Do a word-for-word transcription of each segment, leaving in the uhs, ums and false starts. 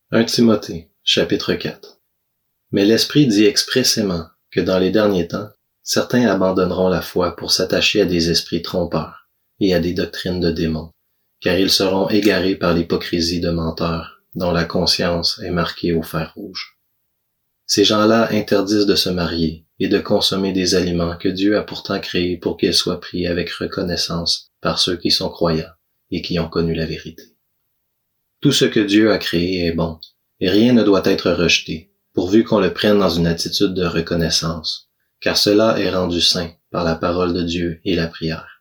premier Timothée, chapitre quatre. Mais l'Esprit dit expressément que dans les derniers temps, certains abandonneront la foi pour s'attacher à des esprits trompeurs et à des doctrines de démons, car ils seront égarés par l'hypocrisie de menteurs, dont la conscience est marquée au fer rouge. Ces gens-là interdisent de se marier et de consommer des aliments que Dieu a pourtant créés pour qu'ils soient pris avec reconnaissance par ceux qui sont croyants et qui ont connu la vérité. Tout ce que Dieu a créé est bon, et rien ne doit être rejeté, pourvu qu'on le prenne dans une attitude de reconnaissance, car cela est rendu saint par la parole de Dieu et la prière.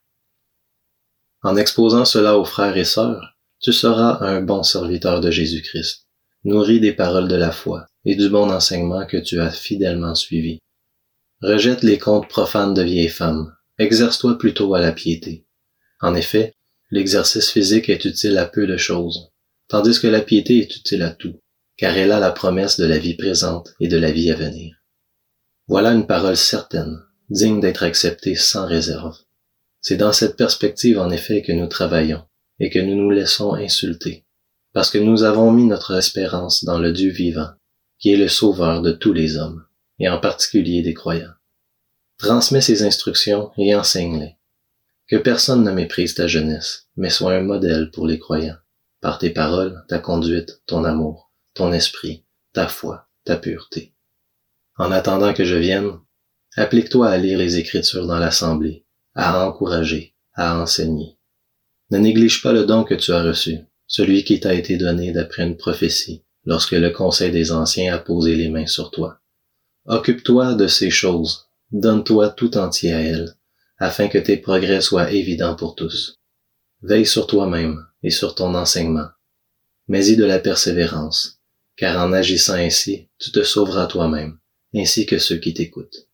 En exposant cela aux frères et sœurs, tu seras un bon serviteur de Jésus-Christ, nourri des paroles de la foi et du bon enseignement que tu as fidèlement suivi. Rejette les contes profanes de vieilles femmes, exerce-toi plutôt à la piété. En effet, l'exercice physique est utile à peu de choses, tandis que la piété est utile à tout, car elle a la promesse de la vie présente et de la vie à venir. Voilà une parole certaine, digne d'être acceptée sans réserve. C'est dans cette perspective en effet que nous travaillons, et que nous nous laissons insulter, parce que nous avons mis notre espérance dans le Dieu vivant, qui est le sauveur de tous les hommes, et en particulier des croyants. Transmets ces instructions et enseigne-les. Que personne ne méprise ta jeunesse, mais sois un modèle pour les croyants, par tes paroles, ta conduite, ton amour, ton esprit, ta foi, ta pureté. En attendant que je vienne, applique-toi à lire les Écritures dans l'assemblée, à encourager, à enseigner. Ne néglige pas le don que tu as reçu, celui qui t'a été donné d'après une prophétie, lorsque le conseil des anciens a posé les mains sur toi. Occupe-toi de ces choses, donne-toi tout entier à elles, afin que tes progrès soient évidents pour tous. Veille sur toi-même et sur ton enseignement. Mets-y de la persévérance, car en agissant ainsi, tu te sauveras toi-même, ainsi que ceux qui t'écoutent.